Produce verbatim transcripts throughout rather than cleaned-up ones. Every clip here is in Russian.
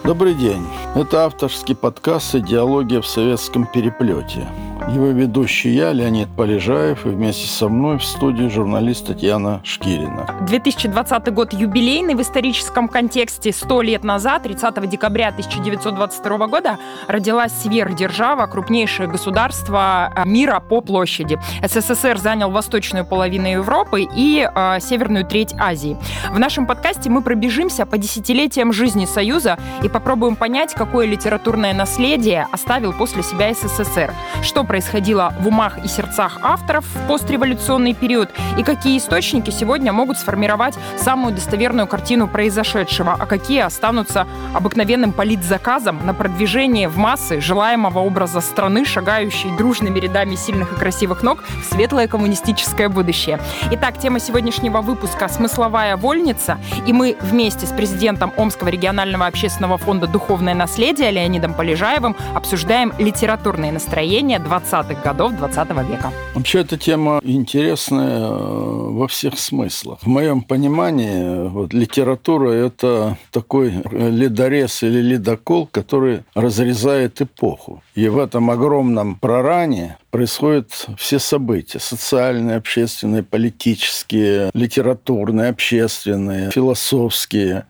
Добрый день. Это авторский подкаст «Идеология в советском переплете». Его ведущий я, Леонид Полежаев, и вместе со мной в студии журналист Татьяна Шкирина. две тысячи двадцатый год юбилейный в историческом контексте. Сто лет назад, тридцатого декабря тысяча девятьсот двадцать второго года, родилась сверхдержава, крупнейшее государство мира по площади. СССР занял восточную половину Европы и э, северную треть Азии. В нашем подкасте мы пробежимся по десятилетиям жизни Союза и попробуем понять, какое литературное наследие оставил после себя СССР, что происходило в умах и сердцах авторов в постреволюционный период и какие источники сегодня могут сформировать самую достоверную картину произошедшего, а какие останутся обыкновенным политзаказом на продвижение в массы желаемого образа страны, шагающей дружными рядами сильных и красивых ног в светлое коммунистическое будущее. Итак, тема сегодняшнего выпуска «Смысловая вольница», и мы вместе с президентом Омского регионального общественного фонда «Духовное наследие» Леонидом Полежаевым обсуждаем литературные настроения двадцатых годов двадцатого века. Вообще, эта тема интересная во всех смыслах. В моем понимании, вот, литература – это такой ледорез или ледокол, который разрезает эпоху. И в этом огромном проране происходят все события – социальные, общественные, политические, литературные, общественные, философские.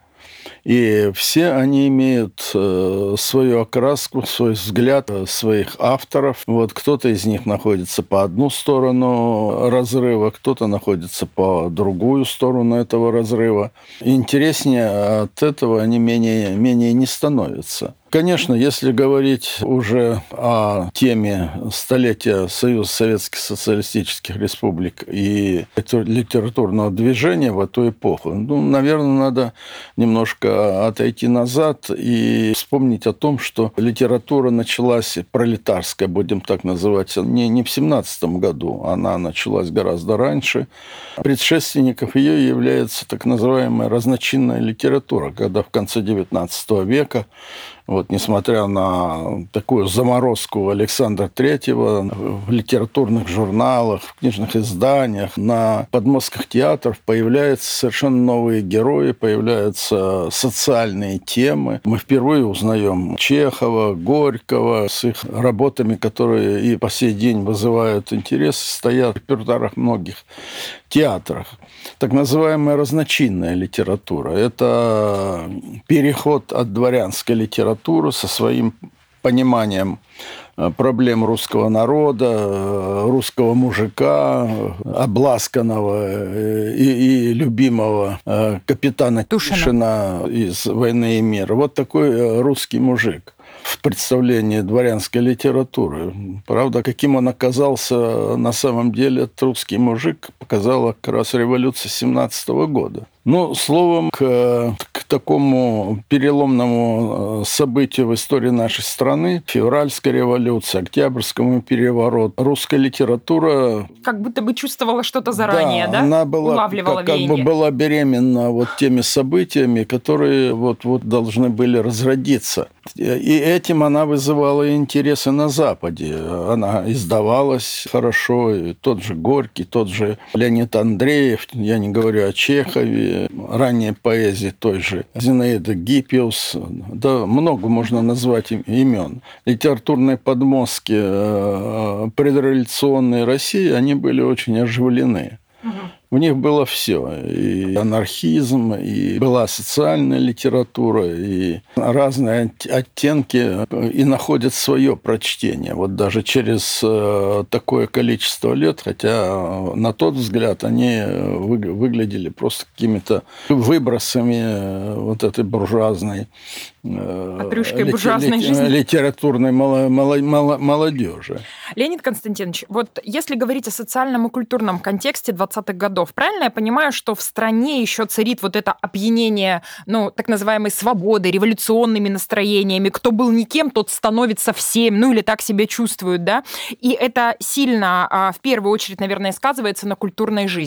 И все они имеют э, свою окраску, свой взгляд, э, своих авторов. Вот кто-то из них находится по одну сторону разрыва, кто-то находится по другую сторону этого разрыва. И интереснее от этого они менее, менее не становятся. Конечно, если говорить уже о теме столетия Союза Советских Социалистических Республик и литературного движения в эту эпоху, ну, наверное, надо немножко отойти назад и вспомнить о том, что литература началась, пролетарская, будем так называть, не, не в семнадцатом году, она началась гораздо раньше. Предшественников ее является так называемая разночинная литература, когда в конце девятнадцатого века, вот, несмотря на такую заморозку Александра Третьего в литературных журналах, в книжных изданиях, на подмостках театров появляются совершенно новые герои, появляются социальные темы. Мы впервые узнаем Чехова, Горького с их работами, которые и по сей день вызывают интерес, стоят в репертуарах многих театрах. Так называемая разночинная литература – это переход от дворянской литературы со своим пониманием проблем русского народа, русского мужика, обласканного и, и любимого капитана Тушина. Тушина из «Войны и мира». Вот такой русский мужик в представлении дворянской литературы. Правда, каким он оказался на самом деле, этот русский мужик показала как раз революция семнадцатого года. Ну, словом, к, к такому переломному событию в истории нашей страны, февральской революции, октябрьскому перевороту, русская литература... Как будто бы чувствовала что-то заранее, да? Да, она была, улавливала как, как бы была беременна вот теми событиями, которые вот-вот должны были разродиться. И этим она вызывала интересы на Западе. Она издавалась хорошо, и тот же Горький, тот же Леонид Андреев, я не говорю о Чехове, ранней поэзии той же Зинаида Гиппиус, да, много можно назвать имен. Литературные подмостки предреволюционной России, они были очень оживлены. Угу. В них было все. И анархизм, и была социальная литература, и разные оттенки, и находят свое прочтение. Вот даже через такое количество лет, хотя на тот взгляд они выглядели просто какими-то выбросами вот этой буржуазной, отрыжкой буржуазной ли, жизни, литературной молодежи. Леонид Константинович, вот если говорить о социальном и культурном контексте двадцатых годов, правильно я понимаю, что в стране еще царит вот это опьянение, ну, так называемой свободы, революционными настроениями, кто был никем, тот становится всем, ну, или так себя чувствует, да? И это сильно, в первую очередь, наверное, сказывается на культурной жизни.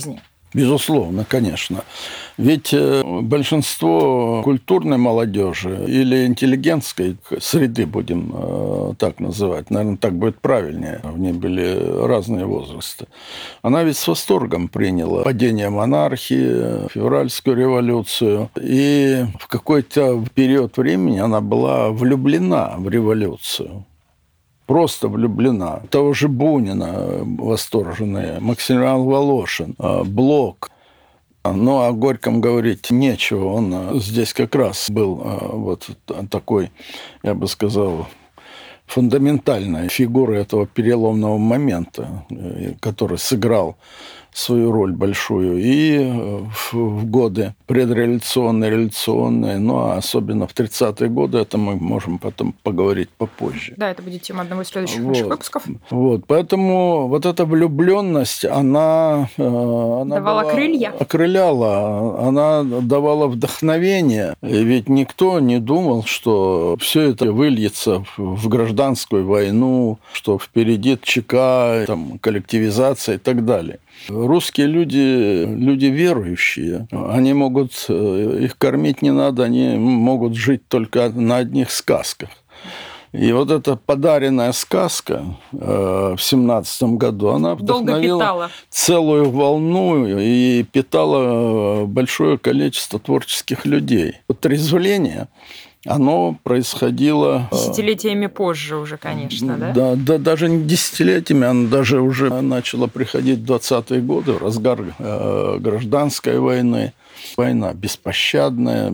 Безусловно, конечно. Ведь большинство культурной молодежи или интеллигентской среды, будем э, так называть, наверное, так будет правильнее, в ней были разные возрасты, она ведь с восторгом приняла падение монархии, февральскую революцию, и в какой-то период времени она была влюблена в революцию. Просто влюблена. Того же Бунина восторженные, Максимилиан Волошин, Блок. Но о Горьком говорить нечего. Он здесь как раз был вот такой, я бы сказал, фундаментальной фигурой этого переломного момента, который сыграл свою роль большую и в годы предреволюционные, революционные, ну, а особенно в тридцатые годы, это мы можем потом поговорить попозже. Да, это будет тема одного из следующих вот. наших выпусков. Вот, поэтому вот эта влюбленность, она, она давала была, крылья? Окрыляла, она давала вдохновение, и ведь никто не думал, что все это выльется в гражданскую войну, что впереди ЧК, там, коллективизация и так далее. Русские люди, люди верующие, они могут, их кормить не надо, они могут жить только на одних сказках. И вот эта подаренная сказка в семнадцатом году, она вдохновила целую волну и питала большое количество творческих людей. Отрезвление, оно происходило... Десятилетиями позже уже, конечно, да? Да, да, даже не десятилетиями, оно даже уже начало приходить в двадцатые годы, в разгар гражданской войны. Война беспощадная,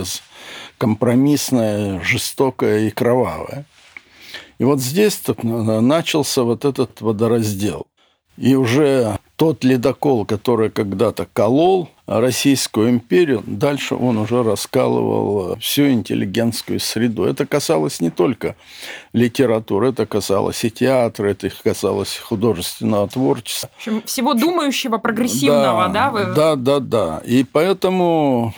бескомпромиссная, жестокая и кровавая. И вот здесь начался вот этот водораздел. И уже тот ледокол, который когда-то колол Российскую империю, дальше он уже раскалывал всю интеллигентскую среду. Это касалось не только литературы, это касалось и театра, это касалось художественного творчества. В общем, всего думающего, прогрессивного, да? Да, вы... да, да, да. И поэтому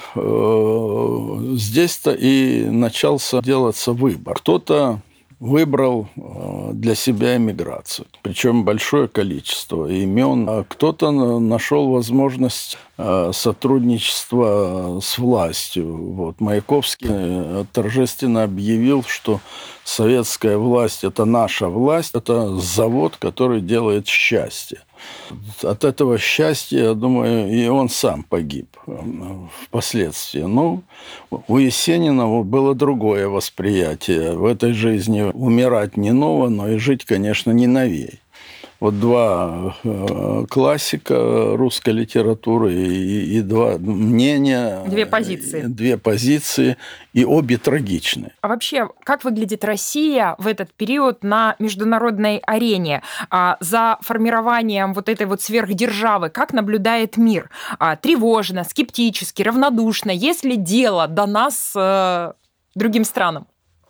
э, здесь-то и начался делаться выбор. Кто-то выбрал для себя эмиграцию, причем большое количество имен. А кто-то нашел возможность сотрудничества с властью. Вот. Маяковский торжественно объявил, что советская власть – это наша власть, это завод, который делает счастье. От этого счастья, я думаю, и он сам погиб впоследствии. Ну, у Есенина было другое восприятие. В этой жизни умирать не ново, но и жить, конечно, не новей. Вот два классика русской литературы и, и два мнения. Две позиции. Две позиции, и обе трагичны. А вообще, как выглядит Россия в этот период на международной арене? А за формированием вот этой вот сверхдержавы как наблюдает мир? А тревожно, скептически, равнодушно? Есть ли дело до нас э, другим странам?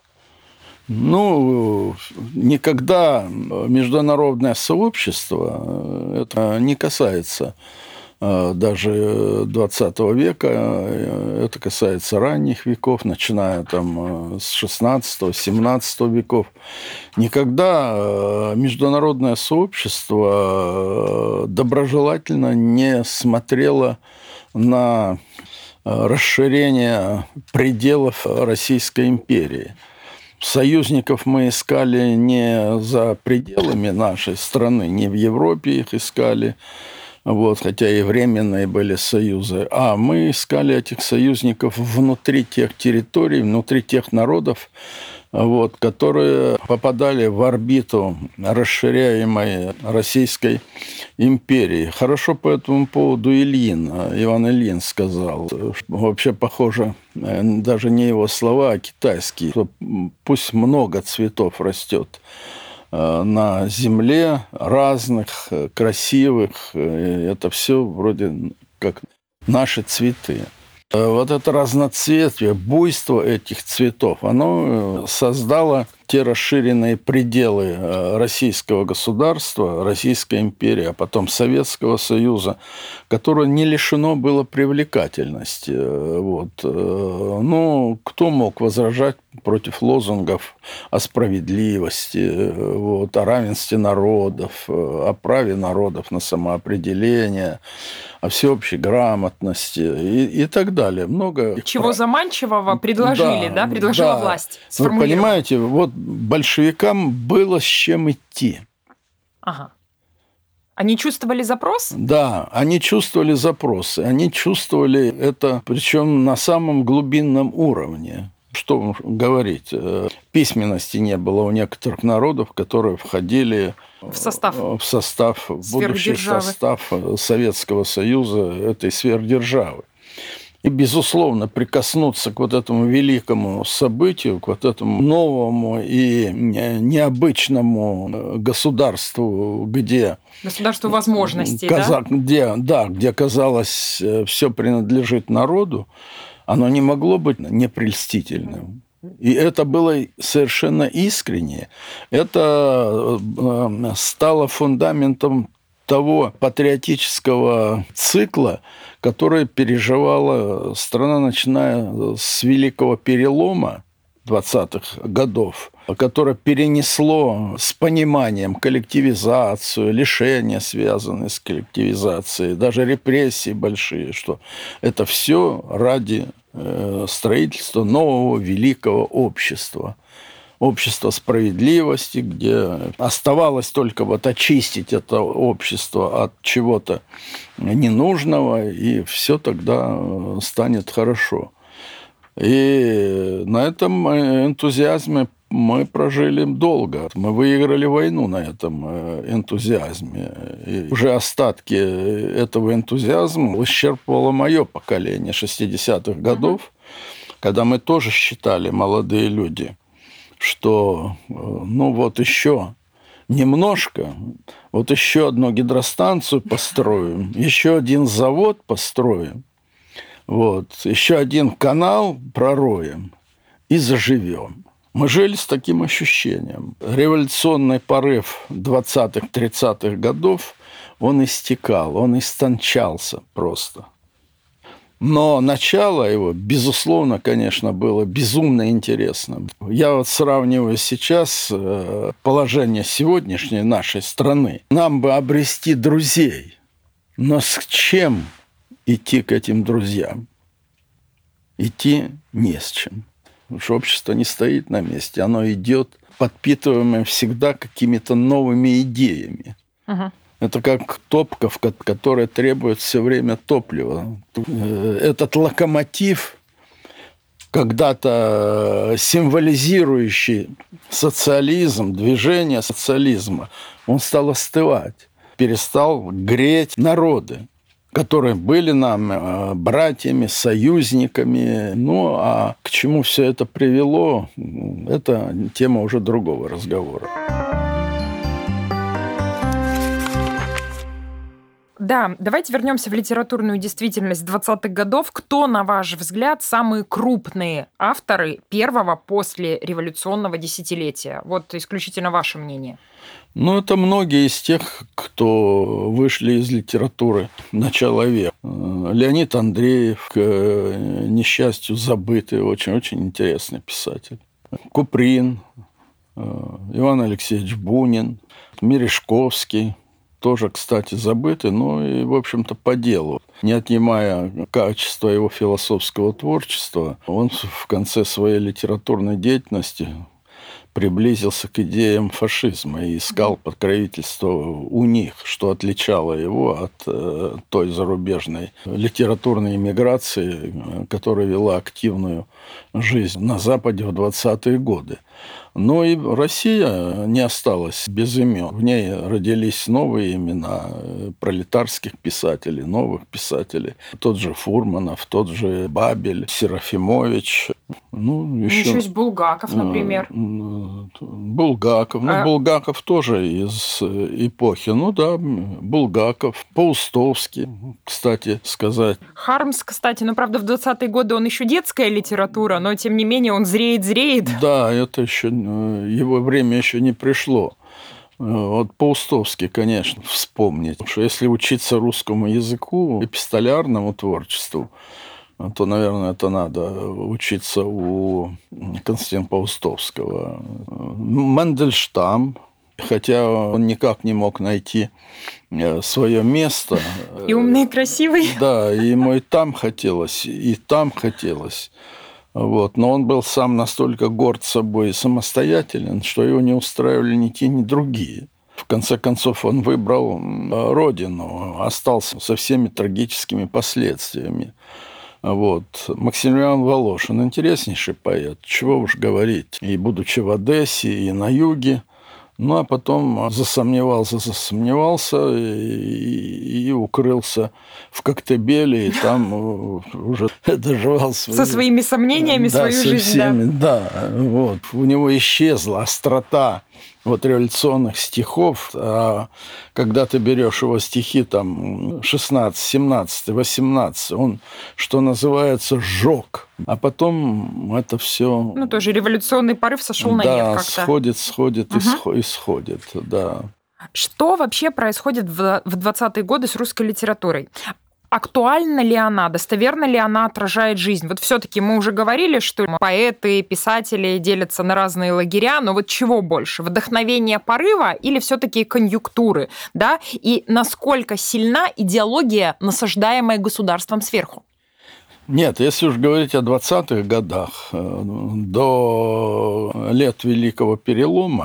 Ну, никогда международное сообщество, это не касается даже двадцатого века, это касается ранних веков, начиная там с шестнадцатого-семнадцатого веков. Никогда международное сообщество доброжелательно не смотрело на расширение пределов Российской империи. Союзников мы искали не за пределами нашей страны, не в Европе их искали, вот, хотя и временные были союзы, а мы искали этих союзников внутри тех территорий, внутри тех народов, вот, которые попадали в орбиту расширяемой Российской империи. Хорошо по этому поводу Ильин, Иван Ильин сказал, вообще похоже, даже не его слова, а китайские, что пусть много цветов растет на земле, разных, красивых, это все вроде как наши цветы. Вот это разноцветие, буйство этих цветов, оно создало те расширенные пределы российского государства, Российской империи, а потом Советского Союза, которое не лишено было привлекательности. Вот. Ну, кто мог возражать против лозунгов о справедливости, вот, о равенстве народов, о праве народов на самоопределение, о всеобщей грамотности и, и так далее. Много чего прав... заманчивого предложили, да, да? Предложила да. власть. Вы понимаете, вот большевикам было с чем идти. Ага. Они чувствовали запрос? Да, они чувствовали запросы. Они чувствовали это, причем на самом глубинном уровне. Что говорить? Письменности не было у некоторых народов, которые входили в состав, в состав будущий состав Советского Союза, этой сверхдержавы. И, безусловно, прикоснуться к вот этому великому событию, к вот этому новому и необычному государству, где... Государству возможностей, каза... да? Где, да, где, казалось, все принадлежит народу, оно не могло быть непрельстительным. И это было совершенно искренне. Это стало фундаментом того патриотического цикла, который переживала страна, начиная с Великого перелома двадцатых годов, которое перенесло с пониманием коллективизацию, лишения, связанные с коллективизацией, даже репрессии большие, что это все ради строительства нового великого общества. Общество справедливости, где оставалось только вот очистить это общество от чего-то ненужного, и все тогда станет хорошо. И на этом энтузиазме мы прожили долго. Мы выиграли войну на этом энтузиазме. И уже остатки этого энтузиазма исчерпывало мое поколение шестидесятых годов, когда мы тоже считали, молодые люди, что ну вот еще немножко, вот еще одну гидростанцию построим, еще один завод построим, вот, еще один канал пророем и заживем. Мы жили с таким ощущением. Революционный порыв двадцатых-тридцатых годов, он истекал, он истончался просто. Но начало его, безусловно, конечно, было безумно интересным. Я вот сравниваю сейчас положение сегодняшней нашей страны. Нам бы обрести друзей, но с чем идти к этим друзьям? Идти не с чем. Потому что общество не стоит на месте, оно идет, подпитываемое всегда какими-то новыми идеями. Ага. Это как топка, которая требует все время топлива. Этот локомотив, когда-то символизирующий социализм, движение социализма, он стал остывать, перестал греть народы, которые были нам братьями, союзниками. Ну, а к чему все это привело, это тема уже другого разговора. Да, давайте вернемся в литературную действительность двадцатых годов. Кто, на ваш взгляд, самые крупные авторы первого послереволюционного десятилетия? Вот исключительно ваше мнение. Ну, это многие из тех, кто вышли из литературы начала века. Леонид Андреев, к несчастью, забытый, очень-очень интересный писатель. Куприн, Иван Алексеевич Бунин, Мережковский. Тоже, кстати, забытый, но и, в общем-то, по делу. Не отнимая качества его философского творчества, он в конце своей литературной деятельности приблизился к идеям фашизма и искал покровительство у них, что отличало его от э, той зарубежной литературной эмиграции, которая вела активную жизнь на Западе в двадцатые годы. Но и Россия не осталась без имен. В ней родились новые имена пролетарских писателей, новых писателей. Тот же Фурманов, тот же Бабель, Серафимович. Ну, еще... еще есть Булгаков, например. Булгаков. Ну, а... Булгаков тоже из эпохи. Ну да, Булгаков, Паустовский, кстати сказать. Хармс, кстати, ну, правда, в двадцатые годы он еще детская литература, но, тем не менее, он зреет-зреет. Да, это еще его время еще не пришло. Вот Паустовский, конечно, вспомнить, что если учиться русскому языку, эпистолярному творчеству, то, наверное, это надо учиться у Константина Паустовского. Мандельштам, хотя он никак не мог найти свое место. И умный, и красивый. Да, ему и там хотелось, и там хотелось. Вот. Но он был сам настолько горд собой и самостоятелен, что его не устраивали ни те, ни другие. В конце концов, он выбрал родину, остался со всеми трагическими последствиями. Вот. Максимилиан Волошин – интереснейший поэт, чего уж говорить. И будучи в Одессе, и на юге. Ну, а потом засомневался, засомневался и, и укрылся в Коктебеле, и там уже доживал свои... Со своими сомнениями да, свою со жизнь, всеми, да. Да, вот. У него исчезла острота вот революционных стихов, а когда ты берешь его стихи там шестнадцать, семнадцать, восемнадцать, он, что называется, сжег. А потом это все... Ну, тоже революционный порыв сошел на нет как-то. Да, сходит, сходит угу. и сходит, да. Что вообще происходит в двадцатые годы с русской литературой? Актуальна ли она, достоверно ли она отражает жизнь? Вот все-таки мы уже говорили, что поэты, писатели делятся на разные лагеря, но вот чего больше? Вдохновение порыва или все-таки конъюнктуры? Да? И насколько сильна идеология, насаждаемая государством сверху? Нет, если уж говорить о двадцатых годах, до лет Великого Перелома,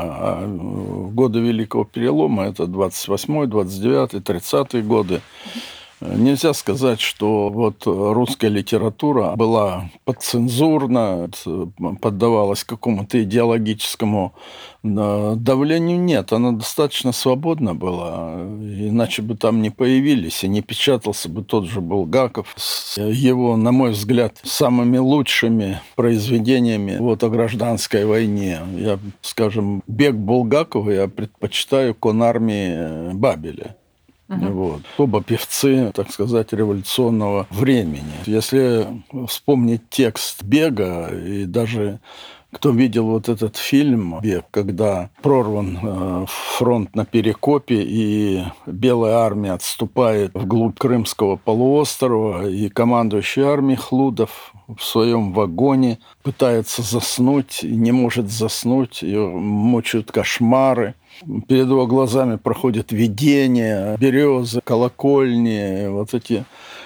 а годы Великого Перелома – это двадцать восьмой, двадцать девятый, тридцатые годы, нельзя сказать, что вот русская литература была подцензурна, поддавалась какому-то идеологическому давлению. Нет, она достаточно свободна была, иначе бы там не появились, и не печатался бы тот же Булгаков с его, на мой взгляд, самыми лучшими произведениями вот, о гражданской войне. Я, скажем, «Бег Булгакова» я предпочитаю «Конармии» Бабеля. Uh-huh. Вот. Оба певцы, так сказать, революционного времени. Если вспомнить текст «Бега», и даже кто видел вот этот фильм «Бег», когда прорван фронт на Перекопе, и Белая армия отступает вглубь Крымского полуострова, и командующий армией Хлудов в своем вагоне пытается заснуть, и не может заснуть, ее мучают кошмары. Перед его глазами проходят видения, березы, колокольни, вот эти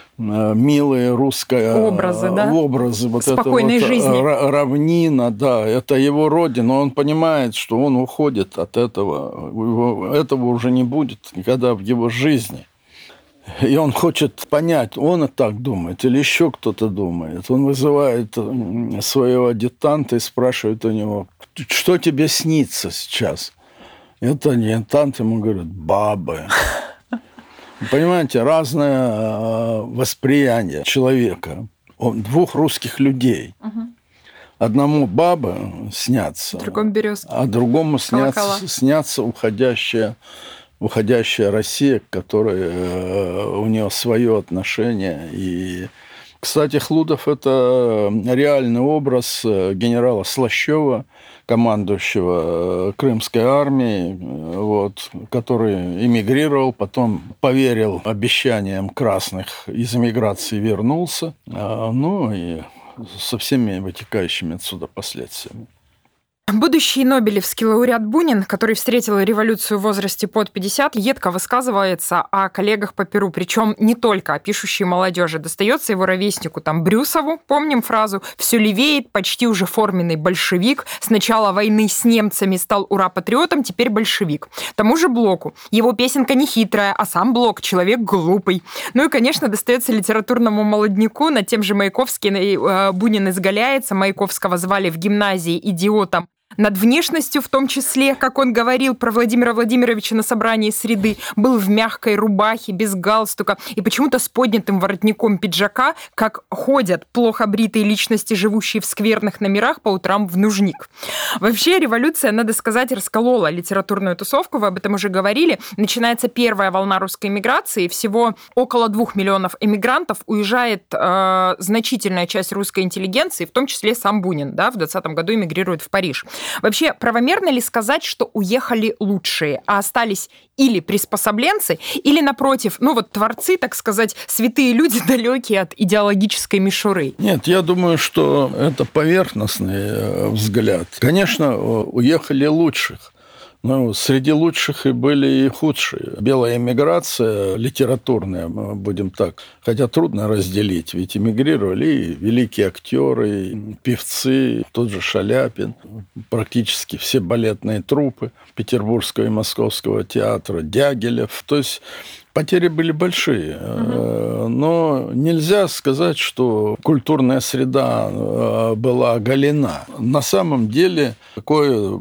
милые русские образы, да? образы вот спокойной это вот жизни. Равнина, да, это его родина. Он понимает, что он уходит от этого, его, этого уже не будет никогда в его жизни. И он хочет понять, он и так думает или еще кто-то думает. Он вызывает своего адъютанта и спрашивает у него, что тебе снится сейчас? Это адъютант ему говорит, бабы. Понимаете, разное восприятие человека, двух русских людей. Угу. Одному бабы снятся, другому березки, а другому снятся, снятся уходящая, уходящая Россия, к которой у нее свое отношение. И, кстати, Хлудов – это реальный образ генерала Слащева, командующего Крымской армией, вот, который эмигрировал, потом поверил обещаниям красных, из эмиграции вернулся, ну и со всеми вытекающими отсюда последствиями. Будущий нобелевский лауреат Бунин, который встретил революцию в возрасте под пятьдесят, едко высказывается о коллегах по перу, причем не только о пишущей молодежи. Достается его ровеснику там Брюсову, помним фразу «все левеет, почти уже форменный большевик, с начала войны с немцами стал ура-патриотом, теперь большевик». Тому же Блоку. Его песенка не хитрая, а сам Блок человек глупый. Ну и, конечно, достается литературному молодняку, над тем же Маяковский Бунин изгаляется. Маяковского звали в гимназии идиотом. Над внешностью, в том числе, как он говорил про Владимира Владимировича на собрании «Среды», был в мягкой рубахе, без галстука и почему-то с поднятым воротником пиджака, как ходят плохо бритые личности, живущие в скверных номерах по утрам в нужник. Вообще, революция, надо сказать, расколола литературную тусовку, вы об этом уже говорили. Начинается первая волна русской эмиграции, всего около двух миллионов эмигрантов, уезжает э, значительная часть русской интеллигенции, в том числе сам Бунин, да, в двадцатом году эмигрирует в Париж. Вообще, правомерно ли сказать, что уехали лучшие, а остались или приспособленцы, или, напротив, ну вот творцы, так сказать, святые люди, далекие от идеологической мишуры? Нет, я думаю, что это поверхностный взгляд. Конечно, уехали лучших. Но среди лучших и были и худшие. Белая эмиграция литературная, мы будем так, хотя трудно разделить, ведь эмигрировали и великие актеры, и певцы, тот же Шаляпин, практически все балетные труппы Петербургского и Московского театра, Дягилев. То есть потери были большие, угу. но нельзя сказать, что культурная среда была оголена. На самом деле такой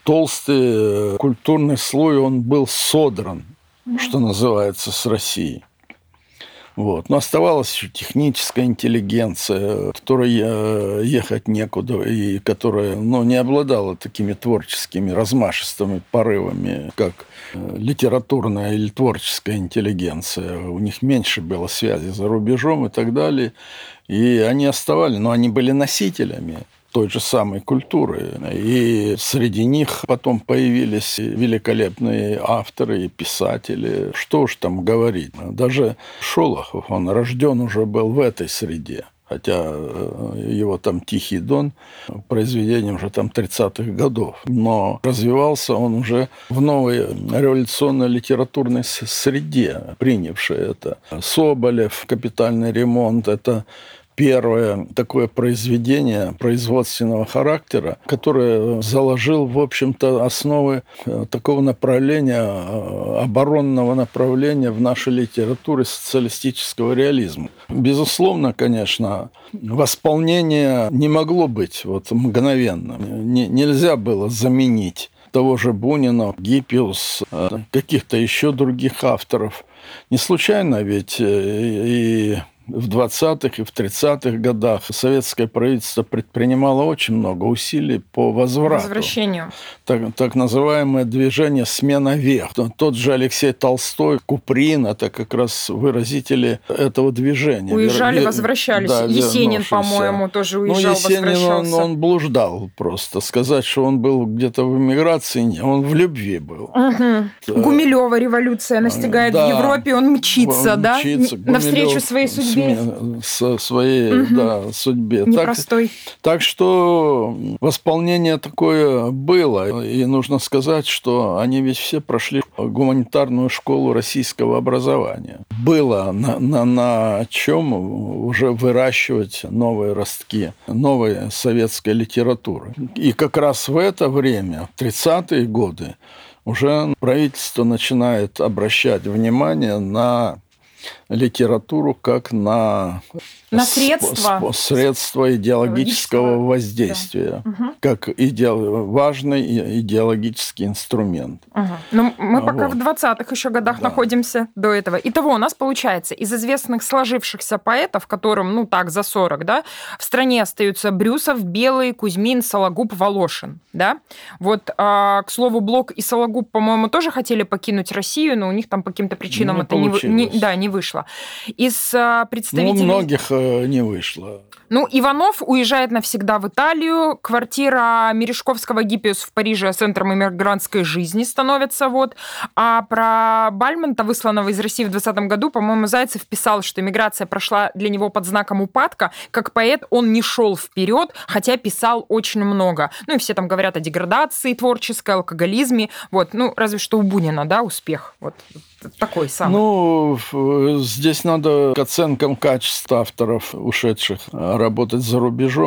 толстый культурный слой, он был содран, угу. что называется, с России. Вот. Но оставалась еще техническая интеллигенция, которой ехать некуда, и которая ну, не обладала такими творческими, размашистыми порывами, как литературная или творческая интеллигенция. У них меньше было связи за рубежом и так далее. И они оставались, но они были носителями той же самой культуры. И среди них потом появились великолепные авторы и писатели. Что уж там говорить. Даже Шолохов, он рожден уже был в этой среде. Хотя его там «Тихий Дон» произведение уже там тридцатых годов. Но развивался он уже в новой революционной литературной среде, принявшей это. Соболев, «Капитальный ремонт» — это первое такое произведение производственного характера, которое заложил, в общем-то, основы такого направления, оборонного направления в нашей литературе социалистического реализма. Безусловно, конечно, восполнение не могло быть вот мгновенным. Не, нельзя было заменить того же Бунина, Гиппиус, каких-то еще других авторов. Не случайно ведь и в двадцатых и в тридцатых годах советское правительство предпринимало очень много усилий по возврату. Возвращению. Так, так называемое движение «Смена век». Тот же Алексей Толстой, Куприн – это как раз выразители этого движения. Уезжали, возвращались. Да, Есенин, по-моему, тоже уезжал, ну, Есенин, возвращался. Он, он блуждал просто. Сказать, что он был где-то в эмиграции, он в любви был. Угу. Гумилёва революция настигает да, в Европе, он мчится, он да? Мчится. Навстречу своей судьбе. Со своей угу. да, судьбе. Непростой. Так, так что восполнение такое было. И нужно сказать, что они ведь все прошли гуманитарную школу российского образования. Было на, на, на чем уже выращивать новые ростки, новой советской литературы. И как раз в это время, в тридцатые годы, уже правительство начинает обращать внимание на литературу как на, на средства. Сп- средства идеологического воздействия, да. Угу. Как иде... важный идеологический инструмент. Угу. Но мы пока вот. в двадцатых еще годах да. находимся до этого. Итого у нас получается из известных сложившихся поэтов, которым, ну так, за сорок, да, в стране остаются Брюсов, Белый, Кузьмин, Сологуб, Волошин. Да? Вот, а, к слову, Блок и Сологуб, по-моему, тоже хотели покинуть Россию, но у них там по каким-то причинам не это не, не, да, не вышло. Из а, представителей... Ну, многих э, не вышло. Ну, Иванов уезжает навсегда в Италию. Квартира Мережковского Гиппиус в Париже центром иммигрантской жизни становится. Вот. А про Бальмонта, высланного из России в двадцатом году, по-моему, Зайцев писал, что эмиграция прошла для него под знаком упадка. Как поэт он не шел вперед, хотя писал очень много. Ну, и все там говорят о деградации творческой, алкоголизме. Вот. Ну, разве что у Бунина, да, успех. Вот. Такой самый. Ну, здесь надо к оценкам качеств авторов, ушедших работать за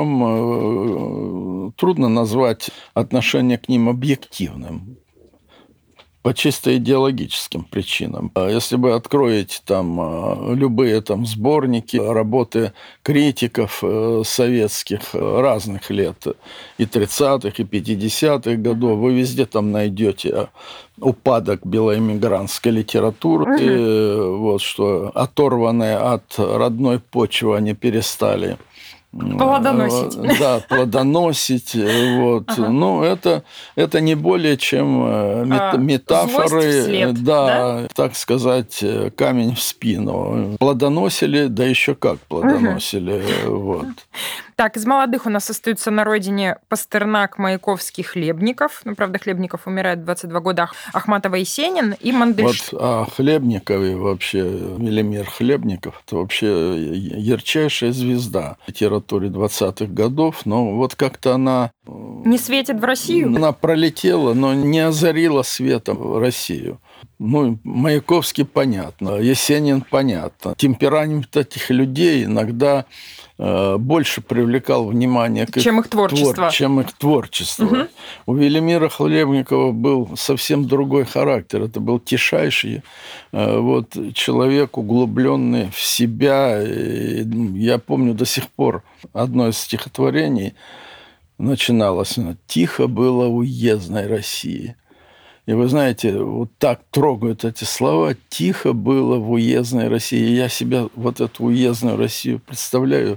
рубежом. Трудно назвать отношение к ним объективным. По чисто идеологическим причинам. Если вы откроете там любые там сборники, работы критиков советских разных лет, и тридцатых, и пятидесятых годов, вы везде там найдете упадок белоэмигрантской литературы, угу. и вот что оторванные от родной почвы они перестали плодоносить. Да, плодоносить. Вот. Ага. Ну, это, это не более чем мет, метафоры, вслед, да, да, так сказать, камень в спину. Плодоносили, да еще как плодоносили. Угу. Вот. Так, из молодых у нас остаются на родине Пастернак, Маяковский, Хлебников. Ну, правда, Хлебников умирает в двадцать два года. Ахматова, Есенин и Мандельштам. Вот о Хлебникове вообще, Велимир Хлебников, это вообще ярчайшая звезда в литературе двадцатых годов. Но вот как-то она... Не светит в Россию? Она пролетела, но не озарила светом Россию. Ну, Маяковский понятно, Есенин понятно. Темперамент этих людей иногда э, больше привлекал внимание к чем их, их творчество. Твор, чем их творчество. Угу. У Велимира Хлебникова был совсем другой характер. Это был тишайший э, вот, человек, углубленный в себя. И я помню до сих пор одно из стихотворений начиналось: «Тихо было в уездной России». И вы знаете, вот так трогают эти слова: «Тихо было в уездной России». Я себя вот эту уездную Россию представляю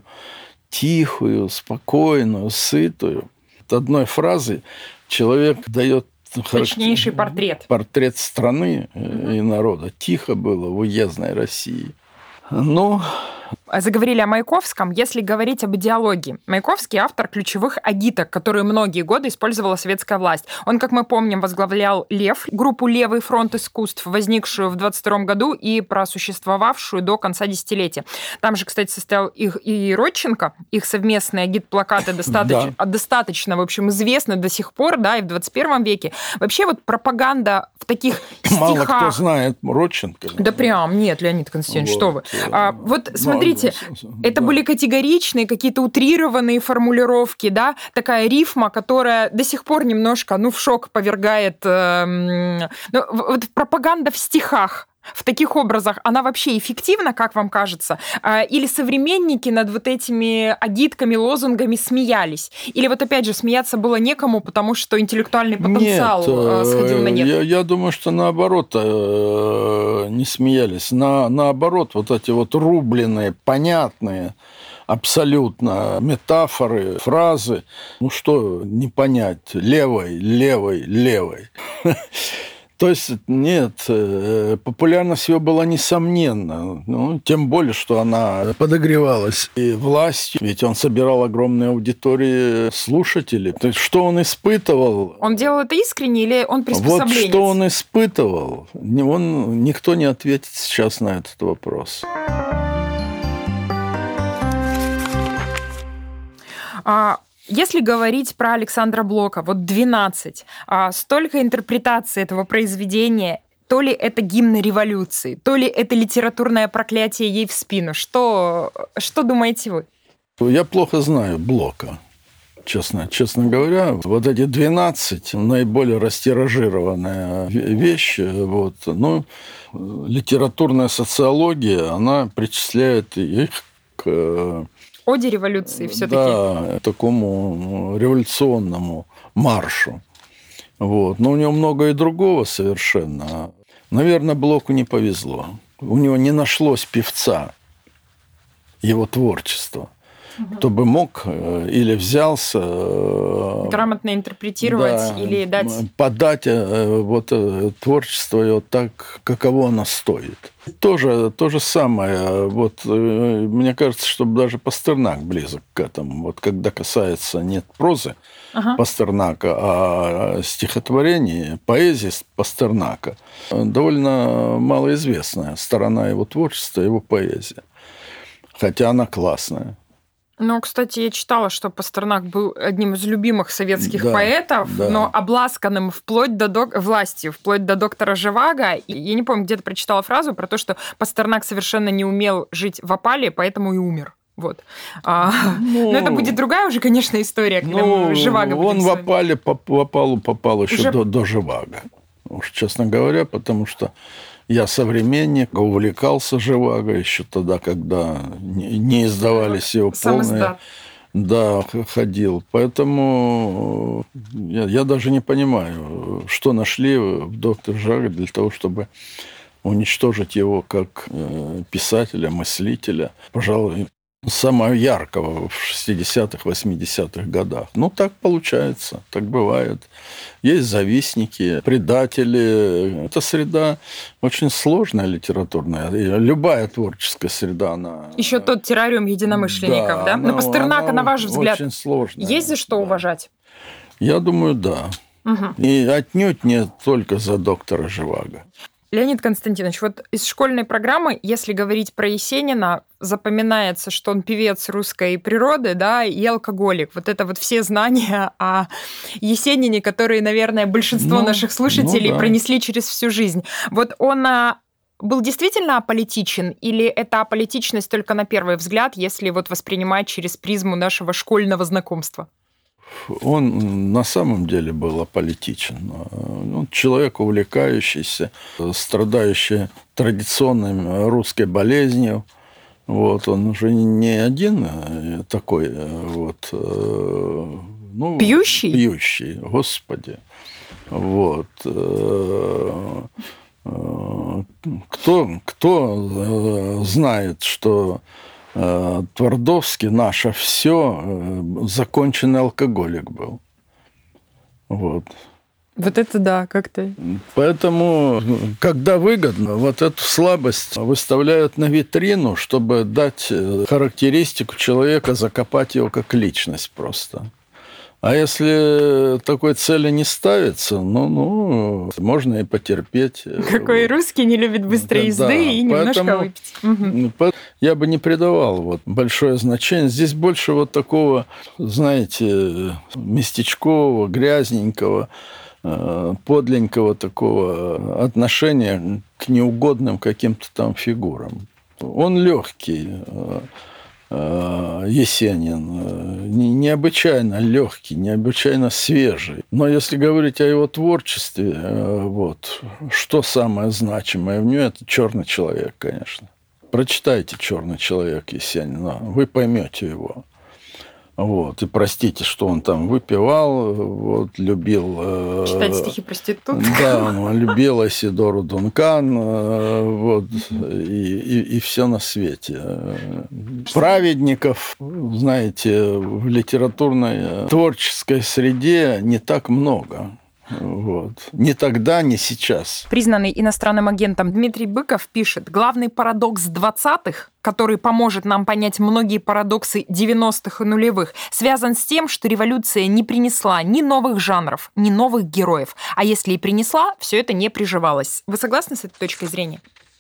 тихую, спокойную, сытую. От одной фразы человек дает точнейший портрет. портрет страны и народа. Тихо было в уездной России. Ну... Заговорили о Маяковском. Если говорить об идеологии, Маяковский — автор ключевых агиток, которые многие годы использовала советская власть. Он, как мы помним, возглавлял «Лев», группу «Левый фронт искусств», возникшую в двадцать втором году и просуществовавшую до конца десятилетия. Там же, кстати, состоял их и Родченко. Их совместные агитплакаты достаточно, да. достаточно, в общем, известны до сих пор, да, и в двадцать первом веке. Вообще вот пропаганда в таких стихах... Мало кто знает Родченко. Да прям, нет, Леонид Константинович, вот. Что вы. А, вот смотрите, это да. были категоричные, какие-то утрированные формулировки, да, такая рифма, которая до сих пор немножко, ну, в шок повергает. Э, ну, вот пропаганда в стихах, в таких образах, она вообще эффективна, как вам кажется? Или современники над вот этими агитками, лозунгами смеялись? Или вот опять же смеяться было некому, потому что интеллектуальный потенциал нет, сходил на нет? Я, я думаю, что наоборот не смеялись. На, наоборот, вот эти вот рубленые, понятные абсолютно метафоры, фразы. Ну что не понять? Левой, левой, левой. То есть, нет, популярность его была несомненна. Ну, тем более, что она подогревалась и властью. Ведь он собирал огромные аудитории слушателей. То есть, что он испытывал... Он делал это искренне или он приспособленец? Вот что он испытывал, он, никто не ответит сейчас на этот вопрос. А... Если говорить про Александра Блока, вот двенадцать, столько интерпретаций этого произведения, то ли это гимн революции, то ли это литературное проклятие ей в спину. Что, что думаете вы? Я плохо знаю Блока, честно, честно говоря. Вот эти двенадцать наиболее растиражированная вещь. Вот, ну, литературная социология, она причисляет их к... Оде революции все-таки. Да, такому революционному маршу. Вот. Но у него много и другого совершенно. Наверное, Блоку не повезло. У него не нашлось певца его творчества, угу. кто бы мог или взялся... Грамотно интерпретировать, да, или дать... подать вот творчество его так, каково оно стоит. Тоже то же самое. Вот, мне кажется, что даже Пастернак близок к этому. Вот, когда касается не прозы ага. Пастернака, а стихотворений, поэзии Пастернака, довольно малоизвестная сторона его творчества, его поэзия. Хотя она классная. Ну, кстати, я читала, что Пастернак был одним из любимых советских да, поэтов, да. но обласканным вплоть до док... властью, вплоть до доктора Живаго. И я не помню, где-то прочитала фразу про то, что Пастернак совершенно не умел жить в опале, поэтому и умер. Вот. А, ну, но это будет другая уже, конечно, история, когда ну, мы Живаго будем он в, опале, в опалу попал еще уже... до, до Живаго, уж честно говоря, потому что я современник, увлекался Живаго еще тогда, когда не издавались его полные... Да, ходил. Поэтому я, я даже не понимаю, что нашли в докторе Живаго для того, чтобы уничтожить его как писателя, мыслителя. Пожалуй, самого яркого в шестидесятых, восьмидесятых годах. Ну, так получается, так бывает. Есть завистники, предатели. Эта среда очень сложная литературная. Любая творческая среда, она... Еще тот террариум единомышленников, да? да? Она, Но Пастернака, на ваш взгляд, очень сложная. Есть за что да. уважать? Я думаю, да. Угу. И отнюдь не только за доктора Живаго. Леонид Константинович, вот из школьной программы, если говорить про Есенина, запоминается, что он певец русской природы, да, и алкоголик. Вот это вот все знания о Есенине, которые, наверное, большинство ну, наших слушателей ну, да. пронесли через всю жизнь. Вот он был действительно аполитичен, или это аполитичность только на первый взгляд, если вот воспринимать через призму нашего школьного знакомства? Он на самом деле был аполитичен. Он человек, увлекающийся, страдающий традиционной русской болезнью. Вот, он уже не один такой вот... Ну, пьющий? Пьющий, господи. Вот. Кто, кто знает, что... Твардовский наше все законченный алкоголик был. Вот. Вот это да, как-то. Поэтому, когда выгодно, вот эту слабость выставляют на витрину, чтобы дать характеристику человека, закопать его как личность просто. А если такой цели не ставится, ну, ну можно и потерпеть. Какой русский не любит быстрой езды да, и немножко поэтому, выпить. Угу. Я бы не придавал вот большое значение. Здесь больше вот такого, знаете, местечкового, грязненького, подленького такого отношения к неугодным каким-то там фигурам. Он легкий. Есенин, необычайно легкий, необычайно свежий. Но если говорить о его творчестве, вот, что самое значимое в нем, это «Черный человек», конечно. Прочитайте «Черный человек» Есенина, вы поймете его. Вот. И простите, что он там выпивал, вот, любил... Читать стихи проституток. Да, он любил Исидору Дункан, вот, и, и, и все на свете. Праведников, знаете, в литературной творческой среде не так много. Вот. Ни тогда, ни сейчас. Признанный иностранным агентом Дмитрий Быков пишет: главный парадокс двадцатых, который поможет нам понять многие парадоксы девяностых и нулевых, связан с тем, что революция не принесла ни новых жанров, ни новых героев. А если и принесла, все это не приживалось. Вы согласны с этой точкой зрения?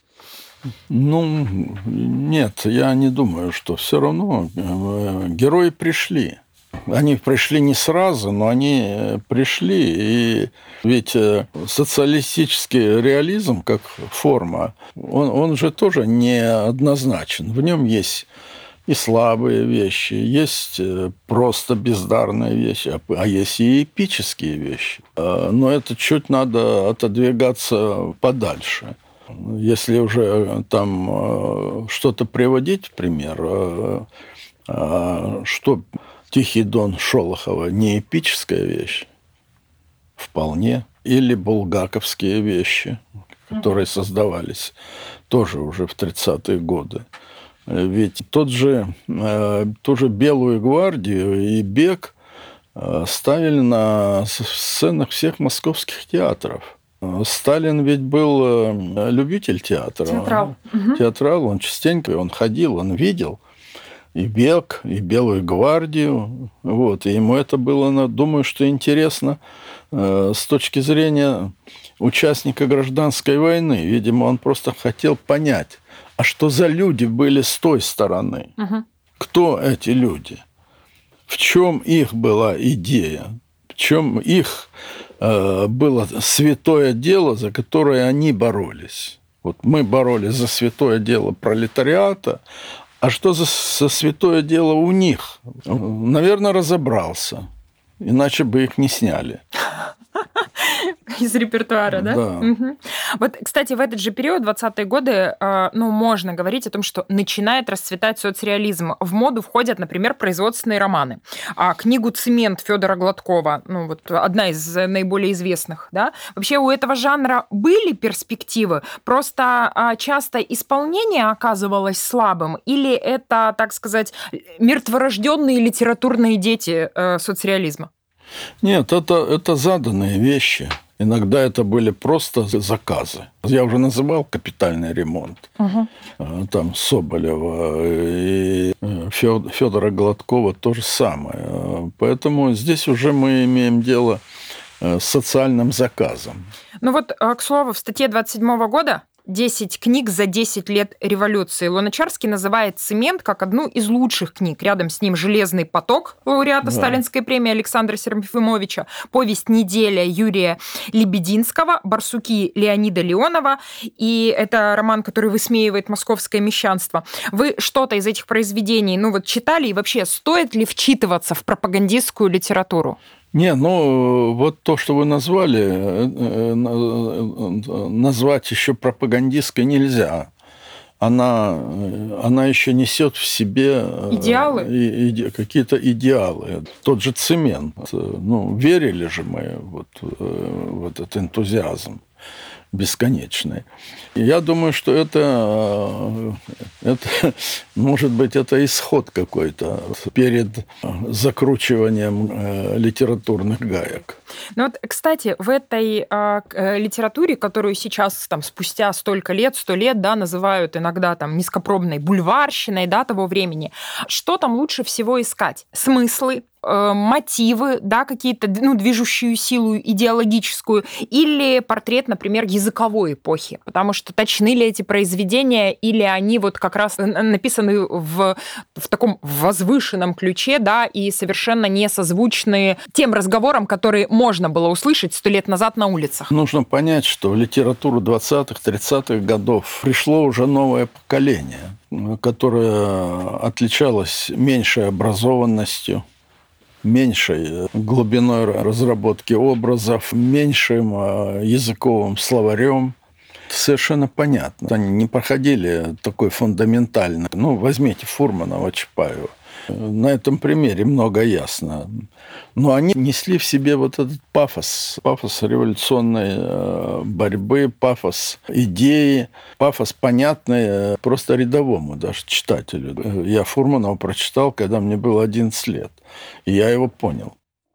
Ну, нет, я не думаю, что все равно герои пришли. Они пришли не сразу, но они пришли. И ведь социалистический реализм как форма, он, он же тоже неоднозначен. В нем есть и слабые вещи, есть просто бездарные вещи, а есть и эпические вещи. Но это чуть надо отодвигаться подальше. Если уже там что-то приводить в пример, что... «Тихий дон» Шолохова не эпическая вещь? Вполне. Или булгаковские вещи, которые создавались тоже уже в тридцатые годы. Ведь тот же, ту же «Белую гвардию» и «Бег» ставили на сценах всех московских театров. Сталин ведь был любитель театра. Театрал. Театрал, он частенько, он ходил, он видел. И «Бег», и «Белую гвардию». Вот. И ему это было, думаю, что интересно э, с точки зрения участника гражданской войны. Видимо, он просто хотел понять, а что за люди были с той стороны? Угу. Кто эти люди? В чем их была идея? В чем их э, было святое дело, за которое они боролись? Вот мы боролись за святое дело пролетариата, а что за, за святое дело у них? Наверное, разобрался. Иначе бы их не сняли. Из репертуара, да? Да. Угу. Вот, кстати, в этот же период, двадцатые годы, ну, можно говорить о том, что начинает расцветать соцреализм. В моду входят, например, производственные романы. Книгу «Цемент» Федора Гладкова, ну, вот одна из наиболее известных, да. Вообще у этого жанра были перспективы, просто часто исполнение оказывалось слабым, или это, так сказать, мертворожденные литературные дети соцреализма? Нет, это, это заданные вещи. Иногда это были просто заказы. Я уже называл капитальный ремонт. Угу. Там Соболева и Федора Гладкова то же самое. Поэтому здесь уже мы имеем дело с социальным заказом. Ну вот, к слову, в статье двадцать седьмого года «десять книг за десять лет революции» Луначарский называет «Цемент» как одну из лучших книг. Рядом с ним «Железный поток» лауреата да. Сталинской премии Александра Серафимовича, «Повесть «Неделя» Юрия Лебединского, «Барсуки» Леонида Леонова. И это роман, который высмеивает московское мещанство. Вы что-то из этих произведений, ну вот, читали? И вообще, стоит ли вчитываться в пропагандистскую литературу? Не, ну вот то, что вы назвали, назвать еще пропагандистской нельзя. Она, она еще несет в себе идеалы? иде, какие-то идеалы. Тот же «Цемент». Ну, верили же мы вот, в этот энтузиазм бесконечный. Я думаю, что это, это, может быть, это исход какой-то перед закручиванием литературных гаек. Ну вот, кстати, в этой э, литературе, которую сейчас, там, спустя столько лет, сто лет, да, называют иногда там низкопробной бульварщиной, да, того времени, что там лучше всего искать? Смыслы, э, мотивы, да, какие-то, ну, движущую силу идеологическую, или портрет, например, языковой эпохи? Потому что точны ли эти произведения, или они вот как раз написаны в, в таком возвышенном ключе, да, и совершенно не созвучны тем разговорам, которые можно было услышать сто лет назад на улицах? Нужно понять, что в литературу двадцатых-тридцатых годов пришло уже новое поколение, которое отличалось меньшей образованностью, меньшей глубиной разработки образов, меньшим языковым словарем. Совершенно понятно. Они не проходили такой фундаментальный. Ну, возьмите Фурманова, Чапаева. На этом примере много ясно. Но они несли в себе вот этот пафос, пафос революционной борьбы, пафос идеи, пафос понятный просто рядовому даже читателю. Я Фурманова прочитал, когда мне было одиннадцать лет, и я его понял.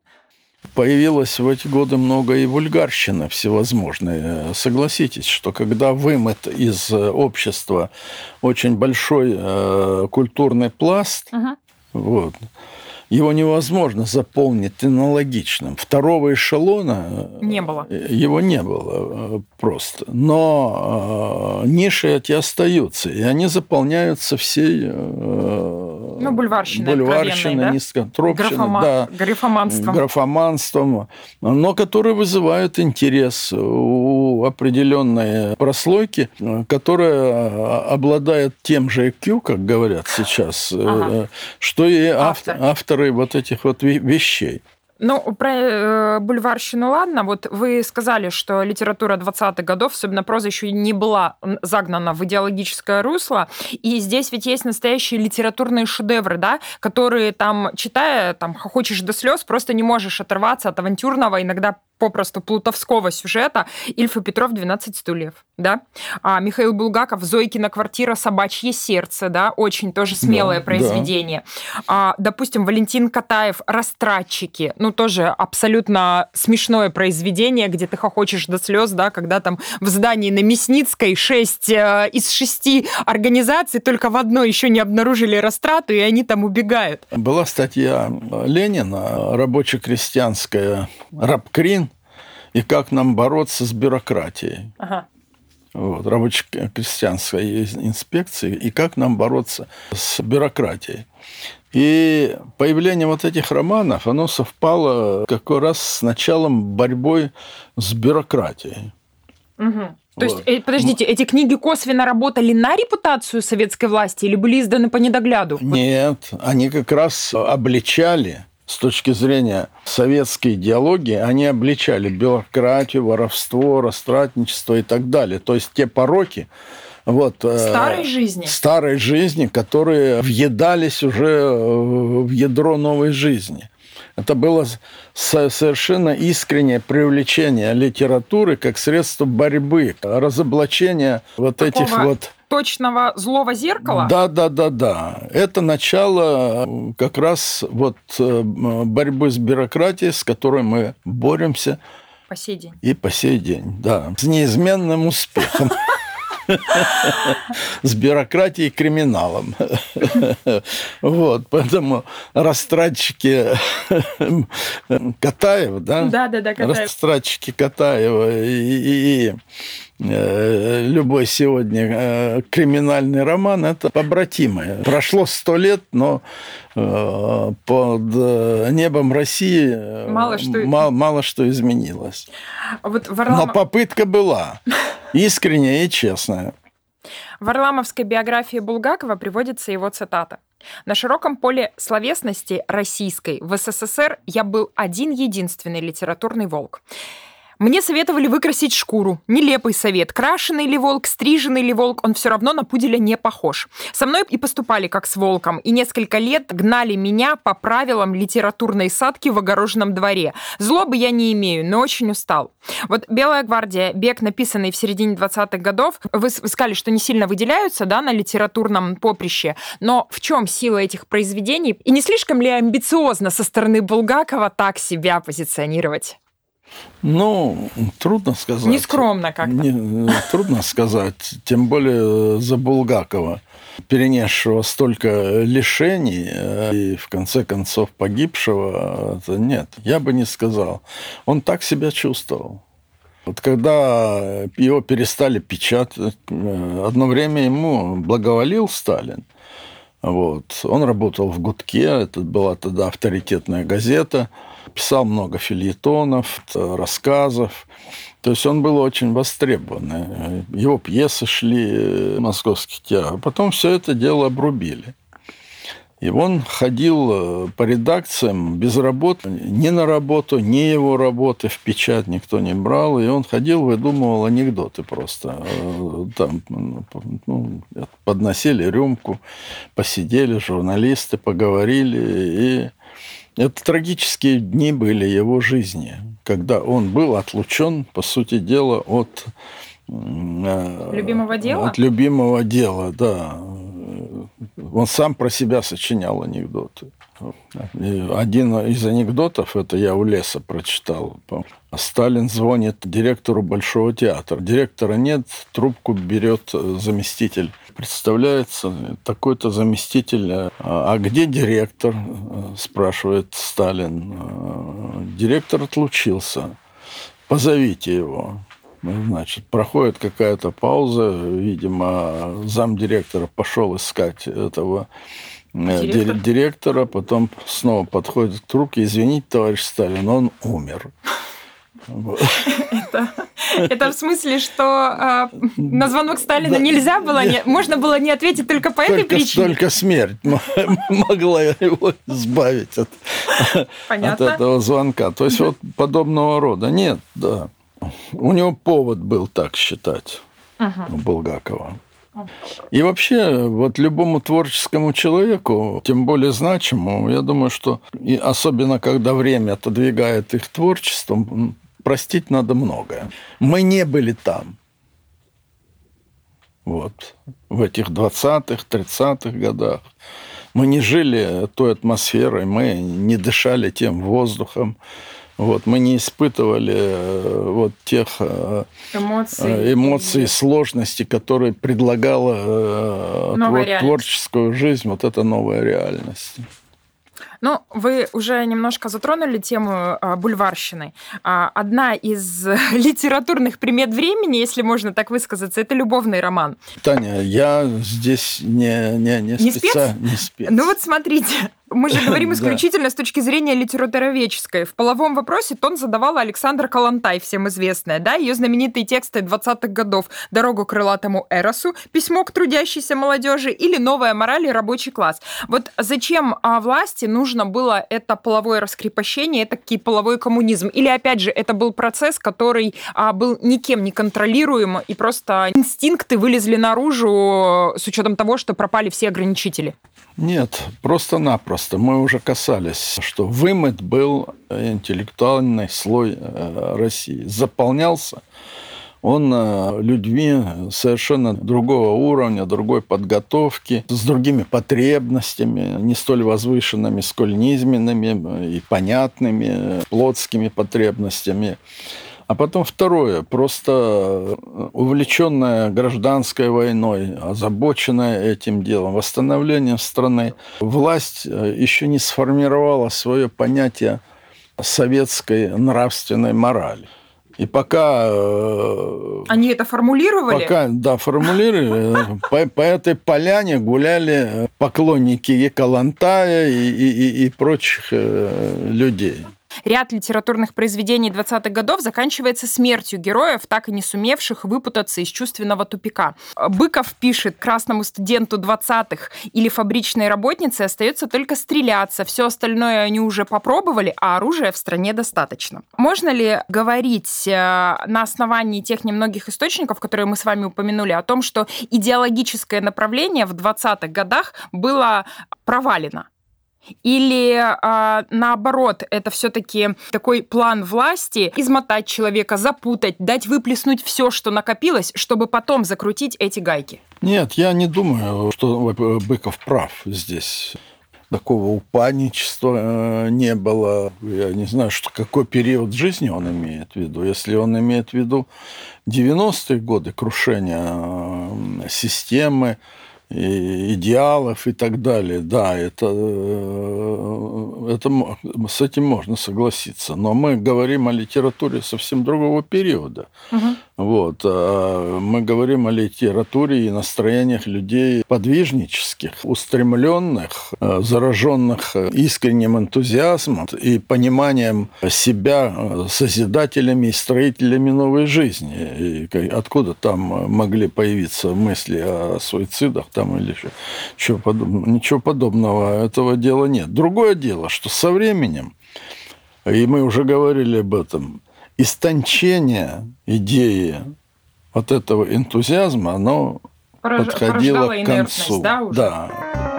Появилось в эти годы много и вульгарщины всевозможной. Согласитесь, что когда вымыт из общества очень большой э, культурный пласт, uh-huh. вот, его невозможно заполнить аналогичным. Второго эшелона не было. Его не было просто. Но э, ниши эти остаются, и они заполняются всей... Э, Ну, бульварщина, бульварщина, да? низкотропщина, Графома... да, графоманством. графоманством, но которые вызывают интерес у определенной прослойки, которая обладает тем же ай кью, как говорят сейчас, ага. что и автор. авторы вот этих вот вещей. Ну, про э, бульварщину, ладно. Вот вы сказали, что литература двадцатых годов, особенно проза, еще не была загнана в идеологическое русло. И здесь ведь есть настоящие литературные шедевры, да, которые там, читая, там, хохочешь до слез, просто не можешь оторваться от авантюрного, иногда попросту плутовского сюжета Ильф и Петров «двенадцать стульев», да? А Михаил Булгаков «Зойкина квартира. Собачье сердце», да? Очень тоже смелое да, произведение. Да. А, допустим, Валентин Катаев «Растратчики», ну, тоже абсолютно смешное произведение, где ты хохочешь до слез, да, когда там в здании на Мясницкой шесть э, из шести организаций только в одной еще не обнаружили растрату, и они там убегают. Была статья Ленина «Рабоче-крестьянская рабкрин» и как нам бороться с бюрократией. Ага. Вот, рабоче-крестьянской инспекции и как нам бороться с бюрократией. И появление вот этих романов, оно совпало как раз с началом борьбы с бюрократией. Угу. То вот. есть, подождите, эти книги косвенно работали на репутацию советской власти или были изданы по недогляду? Нет, они как раз обличали с точки зрения советской идеологии, они обличали бюрократию, воровство, растратничество и так далее. То есть те пороки, вот, старой жизни. Старой жизни, которые въедались уже в ядро новой жизни. Это было совершенно искреннее привлечение литературы как средство борьбы, разоблачения вот Такого этих вот... точного злого зеркала? Да, да, да, да. Это начало как раз вот борьбы с бюрократией, с которой мы боремся. По сей день. И по сей день, да. С неизменным успехом. С бюрократией и криминалом. Вот, поэтому растратчики Катаева, да? Да, да, да, Катаев. Растратчики Катаева и, и э, любой сегодня э, криминальный роман – это побратимые. Прошло сто лет, но э, под небом России мало что, мало, мало что изменилось. Вот Варлам... Но попытка была. Искренняя и честная. В варламовской биографии Булгакова приводится его цитата. «На широком поле словесности российской в СССР я был один-единственный литературный волк. Мне советовали выкрасить шкуру. Нелепый совет. Крашеный ли волк, стриженный ли волк, он все равно на пуделя не похож. Со мной и поступали как с волком, и несколько лет гнали меня по правилам литературной садки в огороженном дворе. Злобы я не имею, но очень устал». Вот «Белая гвардия», бег, написанный в середине двадцатых годов, вы сказали, что не сильно выделяются, да, на литературном поприще, но в чем сила этих произведений? И не слишком ли амбициозно со стороны Булгакова так себя позиционировать? Ну, трудно сказать. Нескромно как-то. Не, трудно сказать, тем более за Булгакова, перенесшего столько лишений и, в конце концов, погибшего. Это нет, я бы не сказал. Он так себя чувствовал. Вот когда его перестали печатать, одно время ему благоволил Сталин. Вот. Он работал в «Гудке», это была тогда авторитетная газета, писал много фельетонов, рассказов. То есть он был очень востребованный. Его пьесы шли в московских театрах. Потом все это дело обрубили. И он ходил по редакциям без работы. Ни на работу, ни его работы в печать никто не брал. И он ходил, выдумывал анекдоты просто. Там ну, подносили рюмку, посидели, журналисты поговорили. И это трагические дни были его жизни, когда он был отлучен, по сути дела, от... Любимого дела? От любимого дела, да. Он сам про себя сочинял анекдоты. И один из анекдотов, это я у Леса прочитал. Сталин звонит директору Большого театра. Директора нет, трубку берет заместитель. Представляется, такой-то заместитель. А где директор? Спрашивает Сталин. Директор отлучился. Позовите его. Значит, проходит какая-то пауза, видимо, замдиректора пошел искать этого Директор? директора, потом снова подходит к трубке: извините, товарищ Сталин, он умер. Это, это в смысле, что э, на звонок Сталина да, нельзя было, не, можно было не ответить только по только, этой причине? Только смерть могла его избавить от, от этого звонка. То есть вот подобного рода. Нет, да. У него повод был так считать, uh-huh. у Булгакова. И вообще, вот любому творческому человеку, тем более значимому, я думаю, что, и особенно когда время отодвигает их творчеством, простить надо многое. Мы не были там. Вот. В этих двадцатых, тридцатых годах. Мы не жили той атмосферой, мы не дышали тем воздухом. Вот, мы не испытывали вот тех эмоций, эмоций сложностей, которые предлагала твор- творческую жизнь, вот эта новая реальность. Ну, вы уже немножко затронули тему а, бульварщины. А, одна из литературных примет времени, если можно так высказаться, это любовный роман. Таня, я здесь не, не, не, не спеца... спец? не спец. Ну вот смотрите, Мы же говорим исключительно с точки зрения литературоведческой. В половом вопросе тон задавала Александра Калантай, всем известная, да, ее знаменитые тексты двадцатых годов «Дорогу крылатому Эросу», «Письмо к трудящейся молодежи» или «Новая мораль и рабочий класс». Вот зачем а, власти нужно было это половое раскрепощение, это такой половой коммунизм? Или, опять же, это был процесс, который а, был никем не контролируем, и просто инстинкты вылезли наружу с учетом того, что пропали все ограничители? Нет, просто-напросто. Мы уже касались, что вымыт был интеллектуальный слой России. Заполнялся он людьми совершенно другого уровня, другой подготовки, с другими потребностями, не столь возвышенными, сколь низменными и понятными, плотскими потребностями. А потом второе, просто увлеченная гражданской войной, озабоченная этим делом, восстановлением страны, власть еще не сформировала свое понятие советской нравственной морали. И пока... Они это формулировали? Пока, да, формулировали. По, по этой поляне гуляли поклонники и Калантая, и, и, и прочих людей. Ряд литературных произведений двадцатых годов заканчивается смертью героев, так и не сумевших выпутаться из чувственного тупика. Быков пишет: красному студенту двадцатых или фабричной работнице остается только стреляться, все остальное они уже попробовали, а оружия в стране достаточно. Можно ли говорить на основании тех немногих источников, которые мы с вами упомянули, о том, что идеологическое направление в двадцатых годах было провалено? Или а, наоборот, это все-таки такой план власти измотать человека, запутать, дать выплеснуть все, что накопилось, чтобы потом закрутить эти гайки? Нет, я не думаю, что Быков прав здесь. Такого упадничества не было. Я не знаю, что, какой период жизни он имеет в виду. Если он имеет в виду девяностые годы, крушения системы, и идеалов и так далее. Да, это, это, с этим можно согласиться. Но мы говорим о литературе совсем другого периода. Угу. Вот. Мы говорим о литературе и настроениях людей подвижнических, устремленных, зараженных искренним энтузиазмом и пониманием себя созидателями и строителями новой жизни. И откуда там могли появиться мысли о суицидах, там или еще чего подобного. Ничего подобного, этого дела нет. Другое дело, что со временем, и мы уже говорили об этом, истончение идеи вот этого энтузиазма, оно Порож... подходило к концу. Да, уже? Да.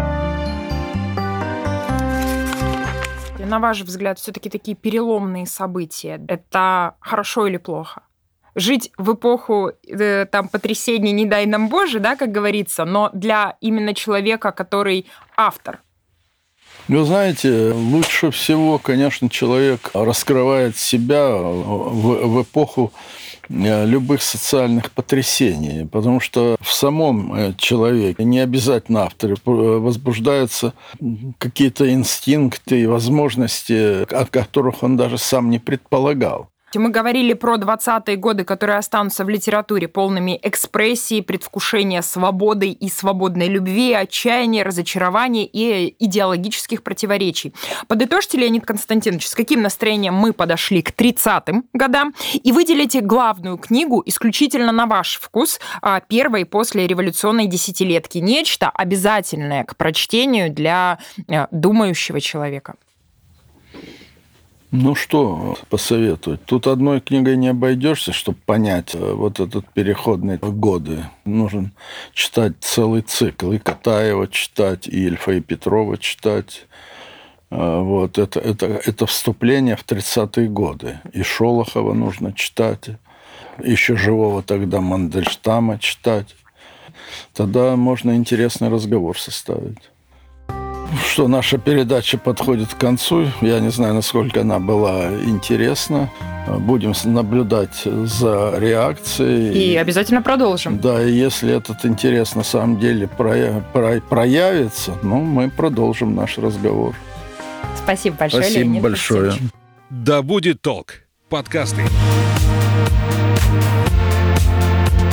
На ваш взгляд, все-таки такие переломные события, это хорошо или плохо? Жить в эпоху э, там, потрясений не дай нам Боже, да, как говорится, но для именно человека, который автор. Вы знаете, лучше всего, конечно, человек раскрывает себя в, в эпоху любых социальных потрясений, потому что в самом человеке, не обязательно авторе, возбуждаются какие-то инстинкты и возможности, о которых он даже сам не предполагал. Мы говорили про двадцатые годы, которые останутся в литературе полными экспрессии, предвкушения свободы и свободной любви, отчаяния, разочарования и идеологических противоречий. Подытожьте, Леонид Константинович, с каким настроением мы подошли к тридцатым годам, и выделите главную книгу исключительно на ваш вкус первой после революционной десятилетки. Нечто обязательное к прочтению для думающего человека. Ну, что посоветовать? Тут одной книгой не обойдешься, чтобы понять вот этот переходные годы. Нужно читать целый цикл. И Катаева читать, и Ильфа и Петрова читать. Вот. Это, это, это вступление в тридцатые годы. И Шолохова нужно читать. Еще живого тогда Мандельштама читать. Тогда можно интересный разговор составить. Что наша передача подходит к концу. Я не знаю, насколько она была интересна. Будем наблюдать за реакцией. И обязательно продолжим. Да, и если этот интерес на самом деле проявится, ну, мы продолжим наш разговор. Спасибо большое, Спасибо Леонид большое. Константинович. Да будет толк. Подкасты.